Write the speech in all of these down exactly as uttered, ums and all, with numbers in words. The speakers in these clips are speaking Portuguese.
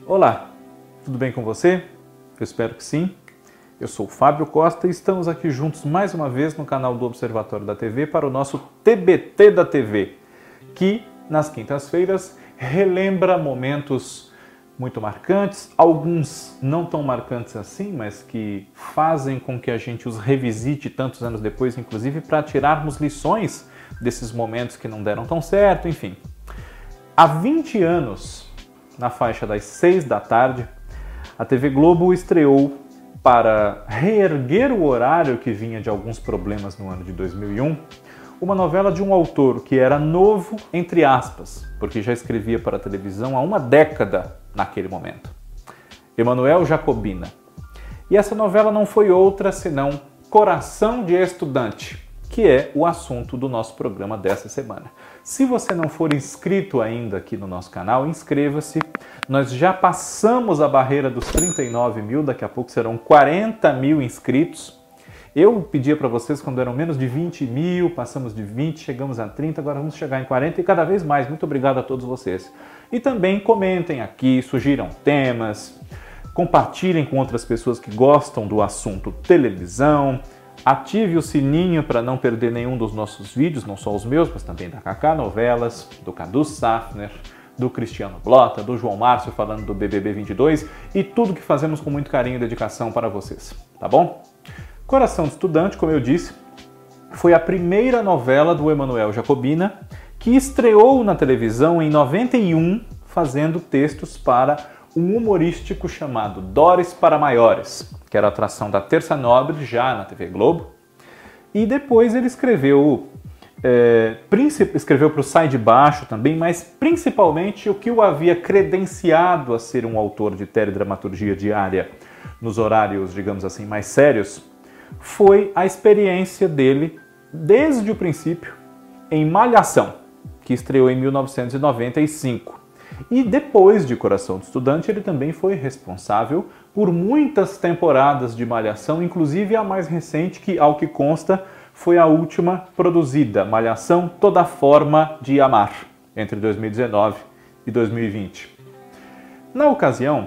Olá, tudo bem com você? Eu espero que sim. Eu sou o Fábio Costa e estamos aqui juntos mais uma vez no canal do Observatório da T V para o nosso T B T da T V, que nas quintas-feiras relembra momentos muito marcantes, alguns não tão marcantes assim, mas que fazem com que a gente os revisite tantos anos depois, inclusive para tirarmos lições desses momentos que não deram tão certo, enfim. Há vinte anos, na faixa das seis da tarde, a T V Globo estreou, para reerguer o horário que vinha de alguns problemas no ano de dois mil e um, uma novela de um autor que era novo, entre aspas, porque já escrevia para a televisão há uma década naquele momento. Emanuel Jacobina. E essa novela não foi outra senão Coração de Estudante, que é o assunto do nosso programa dessa semana. Se você não for inscrito ainda aqui no nosso canal, inscreva-se. Nós já passamos a barreira dos trinta e nove mil, daqui a pouco serão quarenta mil inscritos. Eu pedia para vocês quando eram menos de vinte mil, passamos de vinte, chegamos a trinta, agora vamos chegar em quarenta e cada vez mais. Muito obrigado a todos vocês. E também comentem aqui, sugiram temas, compartilhem com outras pessoas que gostam do assunto televisão. Ative o sininho para não perder nenhum dos nossos vídeos, não só os meus, mas também da Kaká Novelas, do Cadu Safner, do Cristiano Blota, do João Márcio falando do B B B vinte e dois e tudo que fazemos com muito carinho e dedicação para vocês, tá bom? Coração de Estudante, como eu disse, foi a primeira novela do Emanuel Jacobina que estreou na televisão em noventa e um, fazendo textos para um humorístico chamado Dores para Maiores, que era a atração da Terça Nobre, já na T V Globo. E depois ele escreveu, é, escreveu para o Sai de Baixo também, mas principalmente o que o havia credenciado a ser um autor de teledramaturgia diária nos horários, digamos assim, mais sérios, foi a experiência dele, desde o princípio, em Malhação, que estreou em mil novecentos e noventa e cinco. E depois de Coração de Estudante, ele também foi responsável por muitas temporadas de Malhação, inclusive a mais recente, que, ao que consta, foi a última produzida, Malhação Toda Forma de Amar, entre dois mil e dezenove e dois mil e vinte. Na ocasião,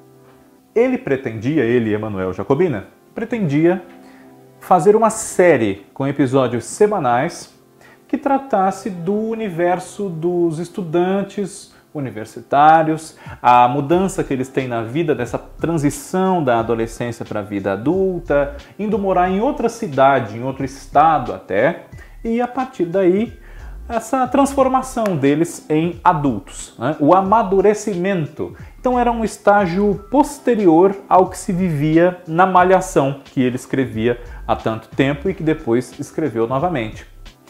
ele pretendia, ele, Emanuel Jacobina, pretendia fazer uma série com episódios semanais que tratasse do universo dos estudantes universitários, a mudança que eles têm na vida, dessa transição da adolescência para a vida adulta, indo morar em outra cidade, em outro estado até, e a partir daí essa transformação deles em adultos, né? O amadurecimento. Então era um estágio posterior ao que se vivia na Malhação, que ele escrevia há tanto tempo e que depois escreveu novamente.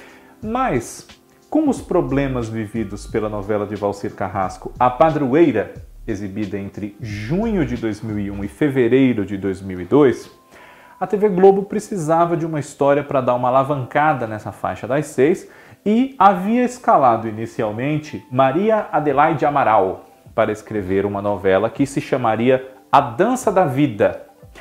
Mas com os problemas vividos pela novela de Valcir Carrasco, A Padroeira, exibida entre junho de dois mil e um e fevereiro de dois mil e dois, a T V Globo precisava de uma história para dar uma alavancada nessa faixa das seis e havia escalado inicialmente Maria Adelaide Amaral para escrever uma novela que se chamaria A Dança da Vida.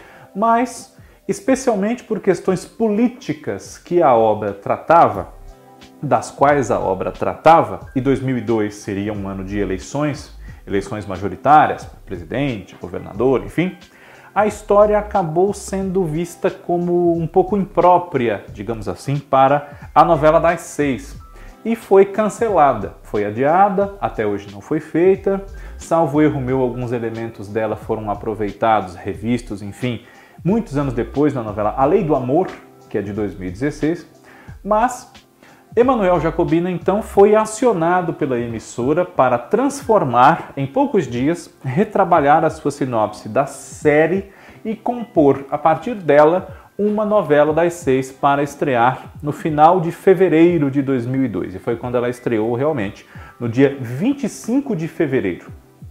Mas, especialmente por questões políticas que a obra tratava, das quais a obra tratava, e dois mil e dois seria um ano de eleições, eleições majoritárias, presidente, governador, enfim, a história acabou sendo vista como um pouco imprópria, digamos assim, para a novela das seis, e foi cancelada, foi adiada, até hoje não foi feita, salvo erro meu, alguns elementos dela foram aproveitados, revistos, enfim, muitos anos depois na novela A Lei do Amor, que é de dois mil e dezesseis, mas Emanuel Jacobina, então, foi acionado pela emissora para transformar, em poucos dias, retrabalhar a sua sinopse da série e compor, a partir dela, uma novela das seis para estrear no final de fevereiro de dois mil e dois. E foi quando ela estreou realmente, no dia vinte e cinco de fevereiro.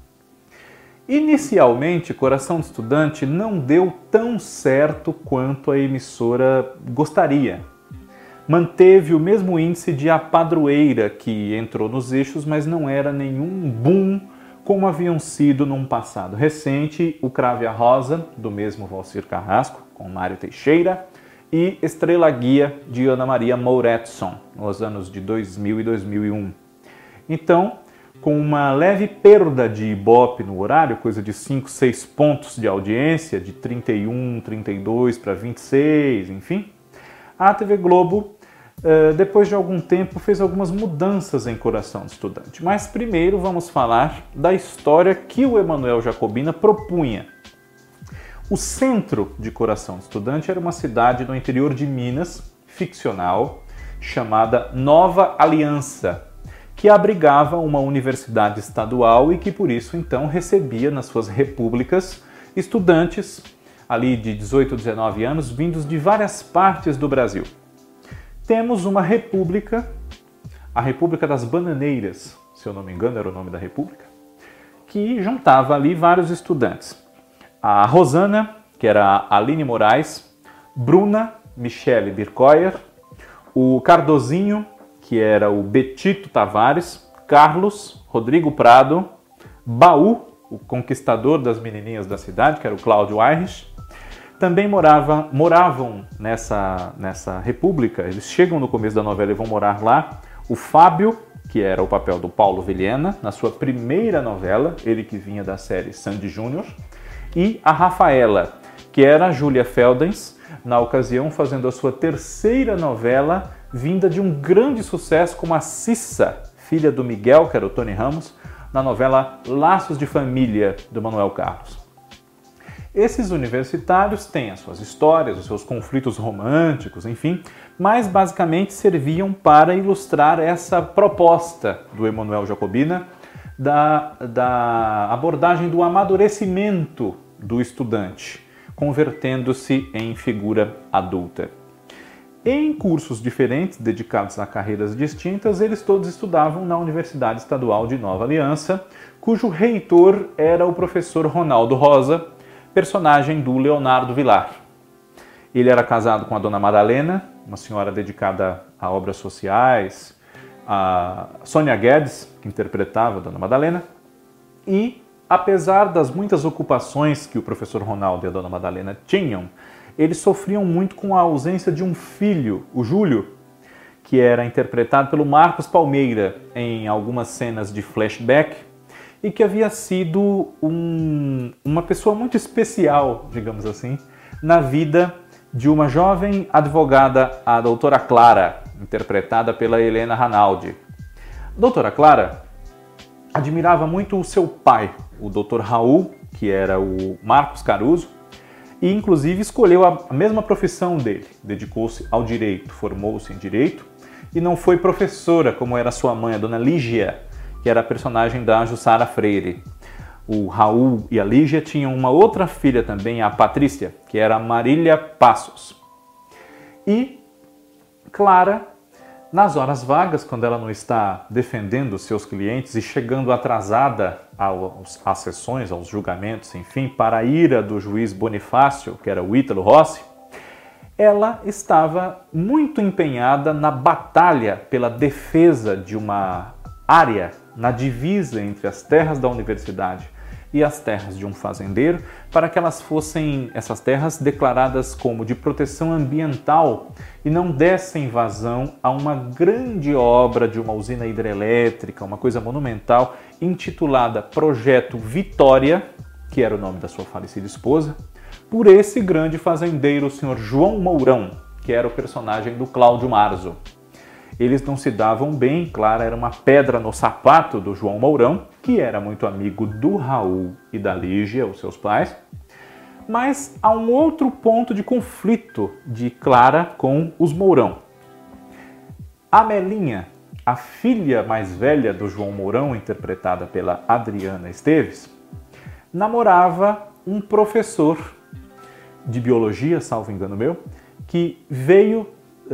Inicialmente, Coração de Estudante não deu tão certo quanto a emissora gostaria. Manteve o mesmo índice de A Padroeira, que entrou nos eixos, mas não era nenhum boom como haviam sido num passado recente o Crave a Rosa, do mesmo Valcir Carrasco, com Mário Teixeira, e Estrela Guia, de Ana Maria Mouretson, nos anos de dois mil e dois mil e um. Então, com uma leve perda de Ibope no horário, coisa de cinco, seis pontos de audiência, de trinta e um, trinta e dois para vinte e seis, enfim, a T V Globo, depois de algum tempo, fez algumas mudanças em Coração do Estudante. Mas primeiro vamos falar da história que o Emanuel Jacobina propunha. O centro de Coração do Estudante era uma cidade no interior de Minas, ficcional, chamada Nova Aliança, que abrigava uma universidade estadual e que por isso então recebia nas suas repúblicas estudantes ali de dezoito a dezenove anos vindos de várias partes do Brasil. Temos uma república, a República das Bananeiras, se eu não me engano era o nome da república, que juntava ali vários estudantes. A Rosana, que era a Aline Moraes, Bruna, Michele Bircoyer, o Cardozinho, que era o Betito Tavares, Carlos, Rodrigo Prado, Baú, o conquistador das menininhas da cidade, que era o Cláudio Aires. Também morava, moravam nessa, nessa república, eles chegam no começo da novela e vão morar lá, o Fábio, que era o papel do Paulo Vilhena, na sua primeira novela, ele que vinha da série Sandy Júnior, e a Rafaela, que era a Júlia Feldens, na ocasião fazendo a sua terceira novela, vinda de um grande sucesso como a Cissa, filha do Miguel, que era o Tony Ramos, na novela Laços de Família, do Manuel Carlos. Esses universitários têm as suas histórias, os seus conflitos românticos, enfim, mas basicamente serviam para ilustrar essa proposta do Emanuel Jacobina da, da abordagem do amadurecimento do estudante, convertendo-se em figura adulta. Em cursos diferentes, dedicados a carreiras distintas, eles todos estudavam na Universidade Estadual de Nova Aliança, cujo reitor era o professor Ronaldo Rosa, personagem do Leonardo Vilar. Ele era casado com a dona Madalena, uma senhora dedicada a obras sociais, a Sônia Guedes, que interpretava a dona Madalena, e, apesar das muitas ocupações que o professor Ronaldo e a dona Madalena tinham, eles sofriam muito com a ausência de um filho, o Júlio, que era interpretado pelo Marcos Palmeira em algumas cenas de flashback e que havia sido um, uma pessoa muito especial, digamos assim, na vida de uma jovem advogada, a doutora Clara, interpretada pela Helena Ranaldi. A doutora Clara admirava muito o seu pai, o doutor Raul, que era o Marcos Caruso, e inclusive escolheu a mesma profissão dele, dedicou-se ao direito, formou-se em direito e não foi professora como era sua mãe, a dona Lígia, que era a personagem da Jussara Freire. O Raul e a Lígia tinham uma outra filha também, a Patrícia, que era a Marília Passos. E Clara, nas horas vagas, quando ela não está defendendo os seus clientes e chegando atrasada aos, às sessões, aos julgamentos, enfim, para a ira do juiz Bonifácio, que era o Ítalo Rossi, ela estava muito empenhada na batalha pela defesa de uma área na divisa entre as terras da universidade e as terras de um fazendeiro, para que elas fossem, essas terras, declaradas como de proteção ambiental e não dessem vazão a uma grande obra de uma usina hidrelétrica, uma coisa monumental, intitulada Projeto Vitória, que era o nome da sua falecida esposa, por esse grande fazendeiro, o senhor João Mourão, que era o personagem do Cláudio Marzo. Eles não se davam bem, Clara era uma pedra no sapato do João Mourão, que era muito amigo do Raul e da Lígia, os seus pais. Mas há um outro ponto de conflito de Clara com os Mourão. A Melinha, a filha mais velha do João Mourão, interpretada pela Adriana Esteves, namorava um professor de biologia, salvo engano meu, que veio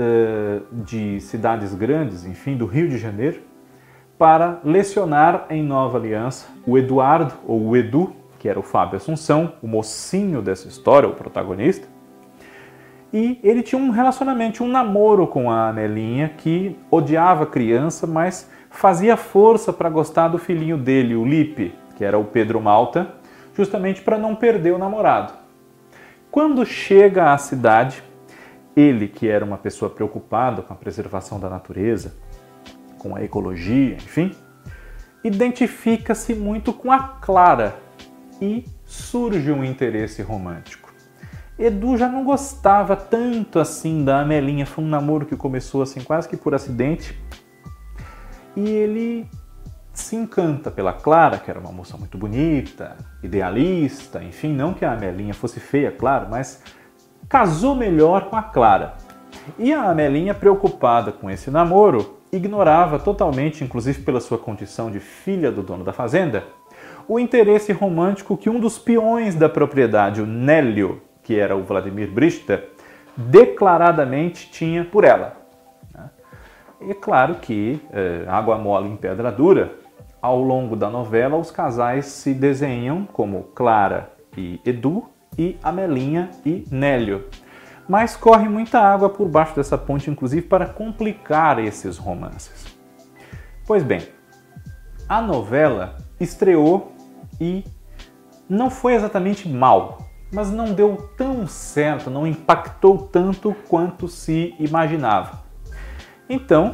de cidades grandes, enfim, do Rio de Janeiro, para lecionar em Nova Aliança o Eduardo, ou o Edu, que era o Fábio Assunção, o mocinho dessa história, o protagonista. E ele tinha um relacionamento, um namoro com a Anelinha, que odiava a criança, mas fazia força para gostar do filhinho dele, o Lipe, que era o Pedro Malta, justamente para não perder o namorado. Quando chega à cidade, ele, que era uma pessoa preocupada com a preservação da natureza, com a ecologia, enfim, identifica-se muito com a Clara e surge um interesse romântico. Edu já não gostava tanto assim da Amelinha, foi um namoro que começou assim quase que por acidente, e ele se encanta pela Clara, que era uma moça muito bonita, idealista, enfim, não que a Amelinha fosse feia, claro, mas casou melhor com a Clara. E a Amelinha, preocupada com esse namoro, ignorava totalmente, inclusive pela sua condição de filha do dono da fazenda, o interesse romântico que um dos peões da propriedade, o Nélio, que era o Vladimir Brista, declaradamente tinha por ela. E é claro que, é, água mole em pedra dura, ao longo da novela os casais se desenham como Clara e Edu e Amelinha e Nélio. Mas corre muita água por baixo dessa ponte, inclusive para complicar esses romances. Pois bem, a novela estreou e não foi exatamente mal, mas não deu tão certo, não impactou tanto quanto se imaginava. Então,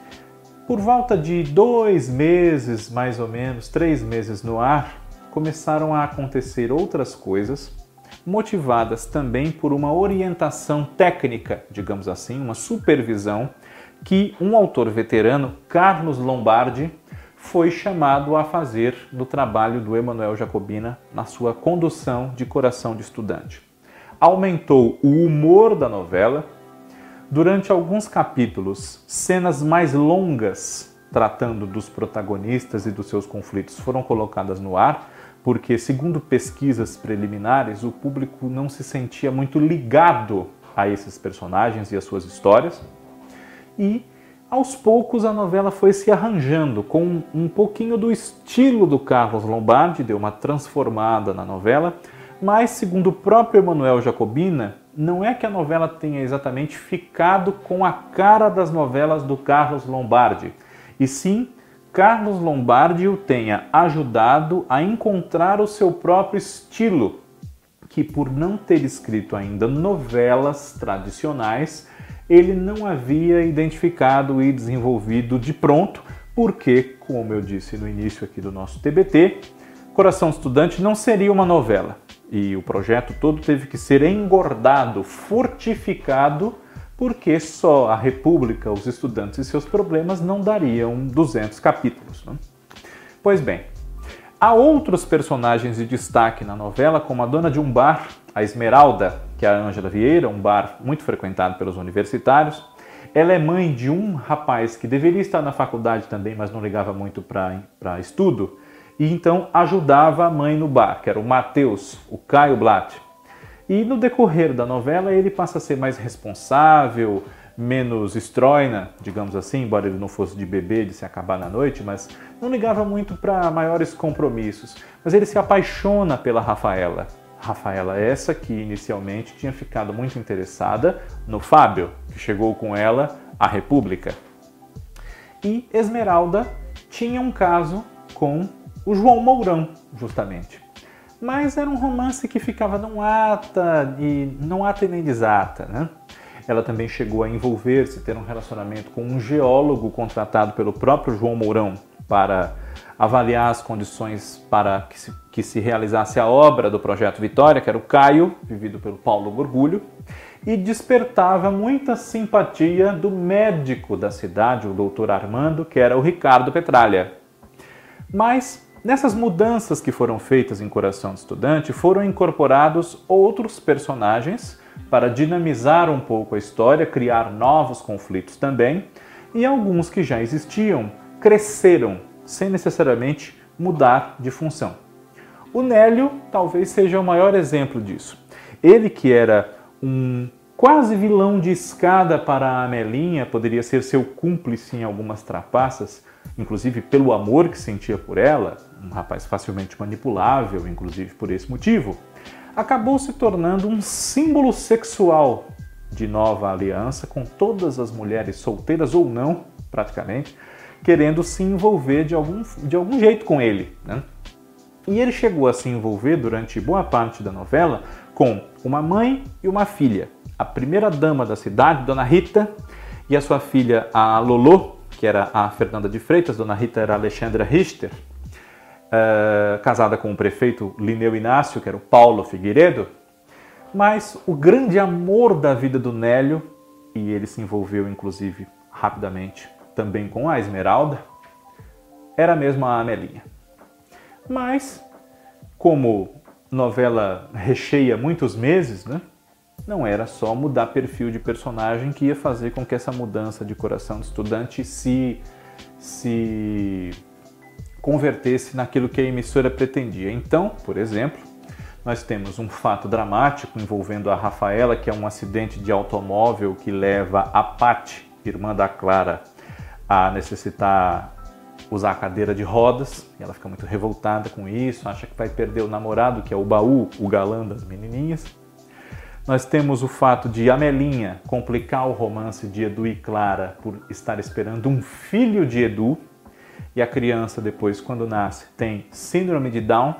por volta de dois meses, mais ou menos, três meses no ar, começaram a acontecer outras coisas, motivadas também por uma orientação técnica, digamos assim, uma supervisão, que um autor veterano, Carlos Lombardi, foi chamado a fazer no trabalho do Emanuel Jacobina na sua condução de Coração de Estudante. Aumentou o humor da novela. Durante alguns capítulos, cenas mais longas tratando dos protagonistas e dos seus conflitos foram colocadas no ar, porque, segundo pesquisas preliminares, o público não se sentia muito ligado a esses personagens e às suas histórias. E, aos poucos, a novela foi se arranjando com um pouquinho do estilo do Carlos Lombardi, deu uma transformada na novela, mas, segundo o próprio Emanuel Jacobina, não é que a novela tenha exatamente ficado com a cara das novelas do Carlos Lombardi, e sim, Carlos Lombardi o tenha ajudado a encontrar o seu próprio estilo, que por não ter escrito ainda novelas tradicionais, ele não havia identificado e desenvolvido de pronto, porque, como eu disse no início aqui do nosso T B T, Coração Estudante não seria uma novela. E o projeto todo teve que ser engordado, fortificado, porque só a República, os estudantes e seus problemas não dariam duzentos capítulos. Né? Pois bem, há outros personagens de destaque na novela, como a dona de um bar, a Esmeralda, que é a Ângela Vieira, um bar muito frequentado pelos universitários. Ela é mãe de um rapaz que deveria estar na faculdade também, mas não ligava muito para estudo, e então ajudava a mãe no bar, que era o Matheus, o Caio Blatt. E no decorrer da novela ele passa a ser mais responsável, menos estroina, digamos assim, embora ele não fosse de beber, de se acabar na noite, mas não ligava muito para maiores compromissos. Mas ele se apaixona pela Rafaela. Rafaela essa que inicialmente tinha ficado muito interessada no Fábio, que chegou com ela à República. E Esmeralda tinha um caso com o João Mourão, justamente. Mas era um romance que ficava não ata e não ata e nem desata, né? Ela também chegou a envolver-se, ter um relacionamento com um geólogo contratado pelo próprio João Mourão para avaliar as condições para que se, que se realizasse a obra do Projeto Vitória, que era o Caio, vivido pelo Paulo Gorgulho, e despertava muita simpatia do médico da cidade, o doutor Armando, que era o Ricardo Petralha. Mas nessas mudanças que foram feitas em Coração de Estudante, foram incorporados outros personagens para dinamizar um pouco a história, criar novos conflitos também, e alguns que já existiam cresceram, sem necessariamente mudar de função. O Nélio talvez seja o maior exemplo disso. Ele que era um quase vilão de escada para a Amelinha, poderia ser seu cúmplice em algumas trapaças, inclusive pelo amor que sentia por ela, um rapaz facilmente manipulável, inclusive por esse motivo, acabou se tornando um símbolo sexual de Nova Aliança, com todas as mulheres solteiras ou não, praticamente, querendo se envolver de algum, de algum jeito com ele, né? E ele chegou a se envolver durante boa parte da novela com uma mãe e uma filha. A primeira dama da cidade, Dona Rita, e a sua filha, a Lolô, que era a Fernanda de Freitas, Dona Rita era Alexandra Richter, uh, casada com o prefeito Linneu Inácio, que era o Paulo Figueiredo, mas o grande amor da vida do Nélio, e ele se envolveu inclusive rapidamente também com a Esmeralda, era mesmo a Amelinha. Mas, como novela recheia muitos meses, né? Não era só mudar perfil de personagem que ia fazer com que essa mudança de coração do estudante se, se convertesse naquilo que a emissora pretendia. Então, por exemplo, nós temos um fato dramático envolvendo a Rafaela, que é um acidente de automóvel que leva a Pati, irmã da Clara, a necessitar usar a cadeira de rodas, e ela fica muito revoltada com isso, acha que vai perder o namorado, que é o Baú, o galã das menininhas. Nós temos o fato de Amelinha complicar o romance de Edu e Clara por estar esperando um filho de Edu, e a criança depois, quando nasce, tem síndrome de Down,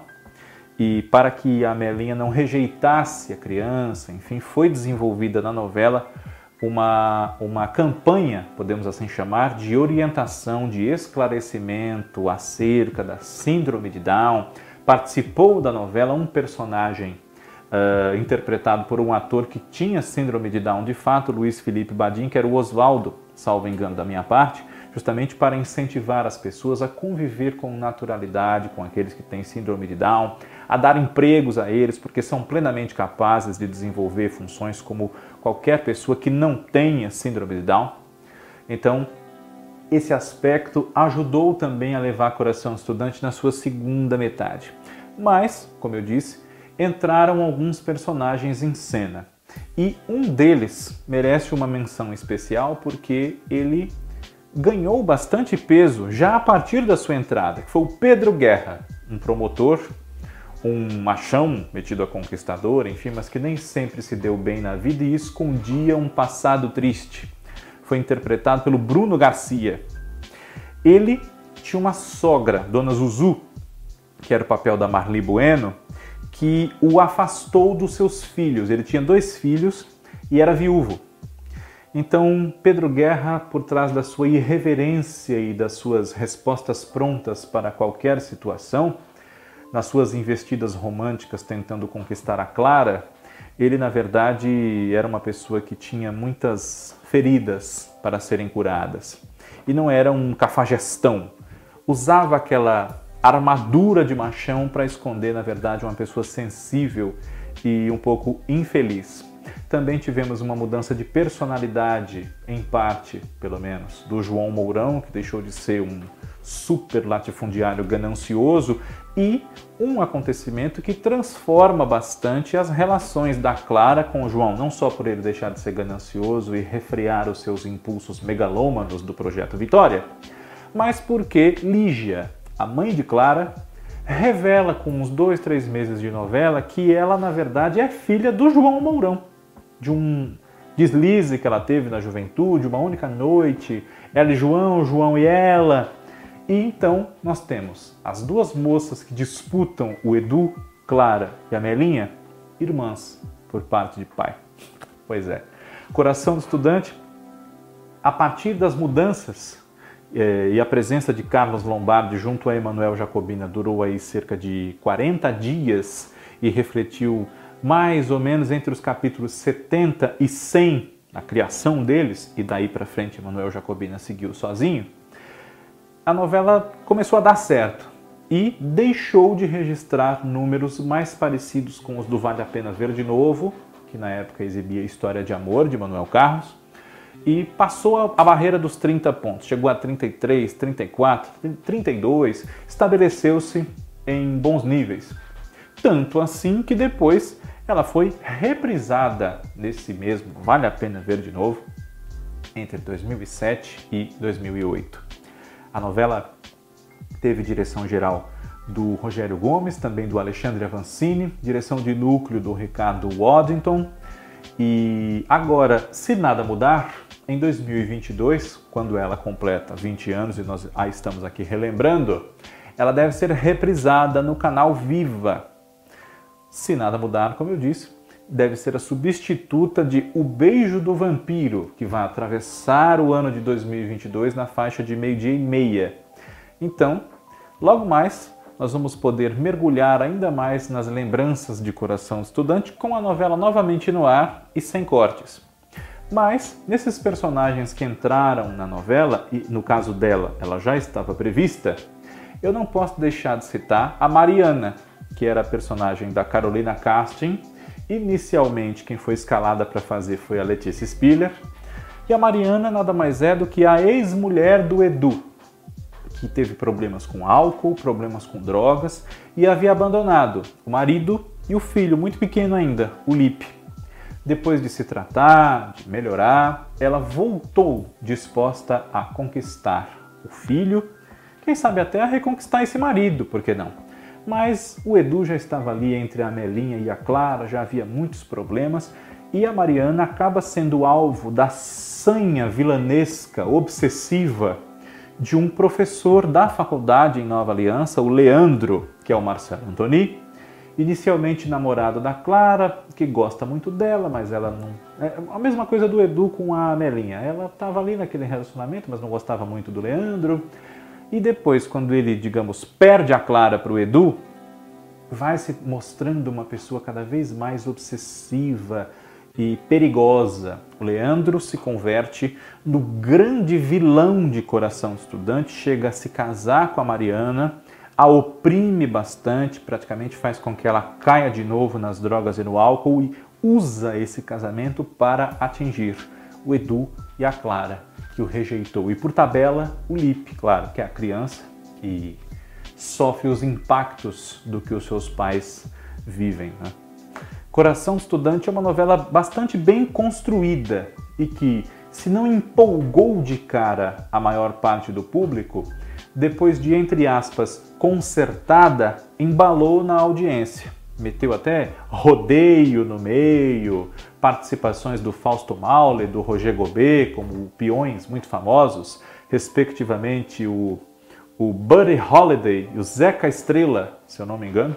e para que a Amelinha não rejeitasse a criança, enfim, foi desenvolvida na novela uma, uma campanha, podemos assim chamar, de orientação, de esclarecimento acerca da síndrome de Down. Participou da novela um personagem Uh, interpretado por um ator que tinha síndrome de Down de fato, Luiz Felipe Badim, que era o Oswaldo, salvo engano da minha parte, justamente para incentivar as pessoas a conviver com naturalidade com aqueles que têm síndrome de Down, a dar empregos a eles, porque são plenamente capazes de desenvolver funções como qualquer pessoa que não tenha síndrome de Down. Então, esse aspecto ajudou também a levar Coração Estudante na sua segunda metade. Mas, como eu disse, entraram alguns personagens em cena. E um deles merece uma menção especial porque ele ganhou bastante peso já a partir da sua entrada, que foi o Pedro Guerra, um promotor, um machão metido a conquistador, enfim, mas que nem sempre se deu bem na vida e escondia um passado triste. Foi interpretado pelo Bruno Garcia. Ele tinha uma sogra, Dona Zuzu, que era o papel da Marli Bueno, que o afastou dos seus filhos. Ele tinha dois filhos e era viúvo. Então, Pedro Guerra, por trás da sua irreverência e das suas respostas prontas para qualquer situação, nas suas investidas românticas tentando conquistar a Clara, ele, na verdade, era uma pessoa que tinha muitas feridas para serem curadas. E não era um cafajestão. Usava aquela armadura de machão para esconder, na verdade, uma pessoa sensível e um pouco infeliz. Também tivemos uma mudança de personalidade, em parte, pelo menos, do João Mourão, que deixou de ser um super latifundiário ganancioso, e um acontecimento que transforma bastante as relações da Clara com o João, não só por ele deixar de ser ganancioso e refrear os seus impulsos megalômanos do Projeto Vitória, mas porque Lígia, a mãe de Clara, revela com uns dois, três meses de novela que ela, na verdade, é filha do João Mourão, de um deslize que ela teve na juventude, uma única noite, ela e João, João e ela. E então nós temos as duas moças que disputam o Edu, Clara e a Amelinha, irmãs por parte de pai. Pois é, Coração do Estudante, a partir das mudanças e a presença de Carlos Lombardi junto a Emanuel Jacobina durou aí cerca de quarenta dias e refletiu mais ou menos entre os capítulos setenta e cem a criação deles, e daí para frente Emanuel Jacobina seguiu sozinho. A novela começou a dar certo e deixou de registrar números mais parecidos com os do Vale a Pena Ver de Novo, que na época exibia História de Amor, de Manuel Carlos, e passou a barreira dos trinta pontos, chegou a trinta e três, trinta e quatro, trinta e dois, estabeleceu-se em bons níveis. Tanto assim que depois ela foi reprisada nesse mesmo Vale a Pena Ver de Novo, entre dois mil e sete e dois mil e oito. A novela teve direção geral do Rogério Gomes, também do Alexandre Avancini, direção de núcleo do Ricardo Waddington. E agora, se nada mudar, em dois mil e vinte e dois, quando ela completa vinte anos, e nós a estamos aqui relembrando, ela deve ser reprisada no canal Viva. Se nada mudar, como eu disse, deve ser a substituta de O Beijo do Vampiro, que vai atravessar o ano de dois mil e vinte e dois na faixa de meio-dia e meia. Então, logo mais, nós vamos poder mergulhar ainda mais nas lembranças de Coração de Estudante com a novela novamente no ar e sem cortes. Mas, nesses personagens que entraram na novela, e no caso dela, ela já estava prevista, eu não posso deixar de citar a Mariana, que era a personagem da Carolina Casting. Inicialmente, quem foi escalada para fazer foi a Letícia Spiller. E a Mariana nada mais é do que a ex-mulher do Edu, que teve problemas com álcool, problemas com drogas e havia abandonado o marido e o filho, muito pequeno ainda, o Lipe. Depois de se tratar, de melhorar, ela voltou disposta a conquistar o filho, quem sabe até a reconquistar esse marido, por que não? Mas o Edu já estava ali entre a Amelinha e a Clara, já havia muitos problemas, e a Mariana acaba sendo alvo da sanha vilanesca, obsessiva, de um professor da faculdade em Nova Aliança, o Leandro, que é o Marcelo Antoni, inicialmente namorado da Clara, que gosta muito dela, mas ela não... É a mesma coisa do Edu com a Amelinha, ela estava ali naquele relacionamento, mas não gostava muito do Leandro. E depois, quando ele, digamos, perde a Clara para o Edu, vai se mostrando uma pessoa cada vez mais obsessiva e perigosa. O Leandro se converte no grande vilão de Coração de Estudante, chega a se casar com a Mariana, a oprime bastante, praticamente faz com que ela caia de novo nas drogas e no álcool e usa esse casamento para atingir o Edu e a Clara, que o rejeitou. E por tabela, o Lipe, claro, que é a criança que sofre os impactos do que os seus pais vivem, né? Coração de Estudante é uma novela bastante bem construída e que, se não empolgou de cara a maior parte do público, depois de, entre aspas, consertada, embalou na audiência. Meteu até rodeio no meio, participações do Fausto Maule, do Roger Gobet, como peões muito famosos, respectivamente o, o Buddy Holliday e o Zeca Estrela, se eu não me engano.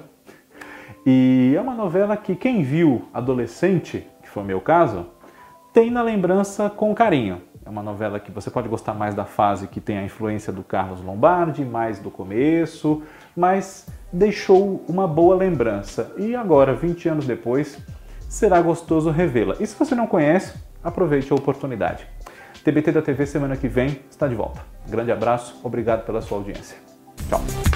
E é uma novela que quem viu adolescente, que foi o meu caso, tem na lembrança com carinho. É uma novela que você pode gostar mais da fase que tem a influência do Carlos Lombardi, mais do começo, mas deixou uma boa lembrança. E agora, vinte anos depois, será gostoso revê-la. E se você não conhece, aproveite a oportunidade. T B T da T V semana que vem está de volta. Grande abraço, obrigado pela sua audiência. Tchau.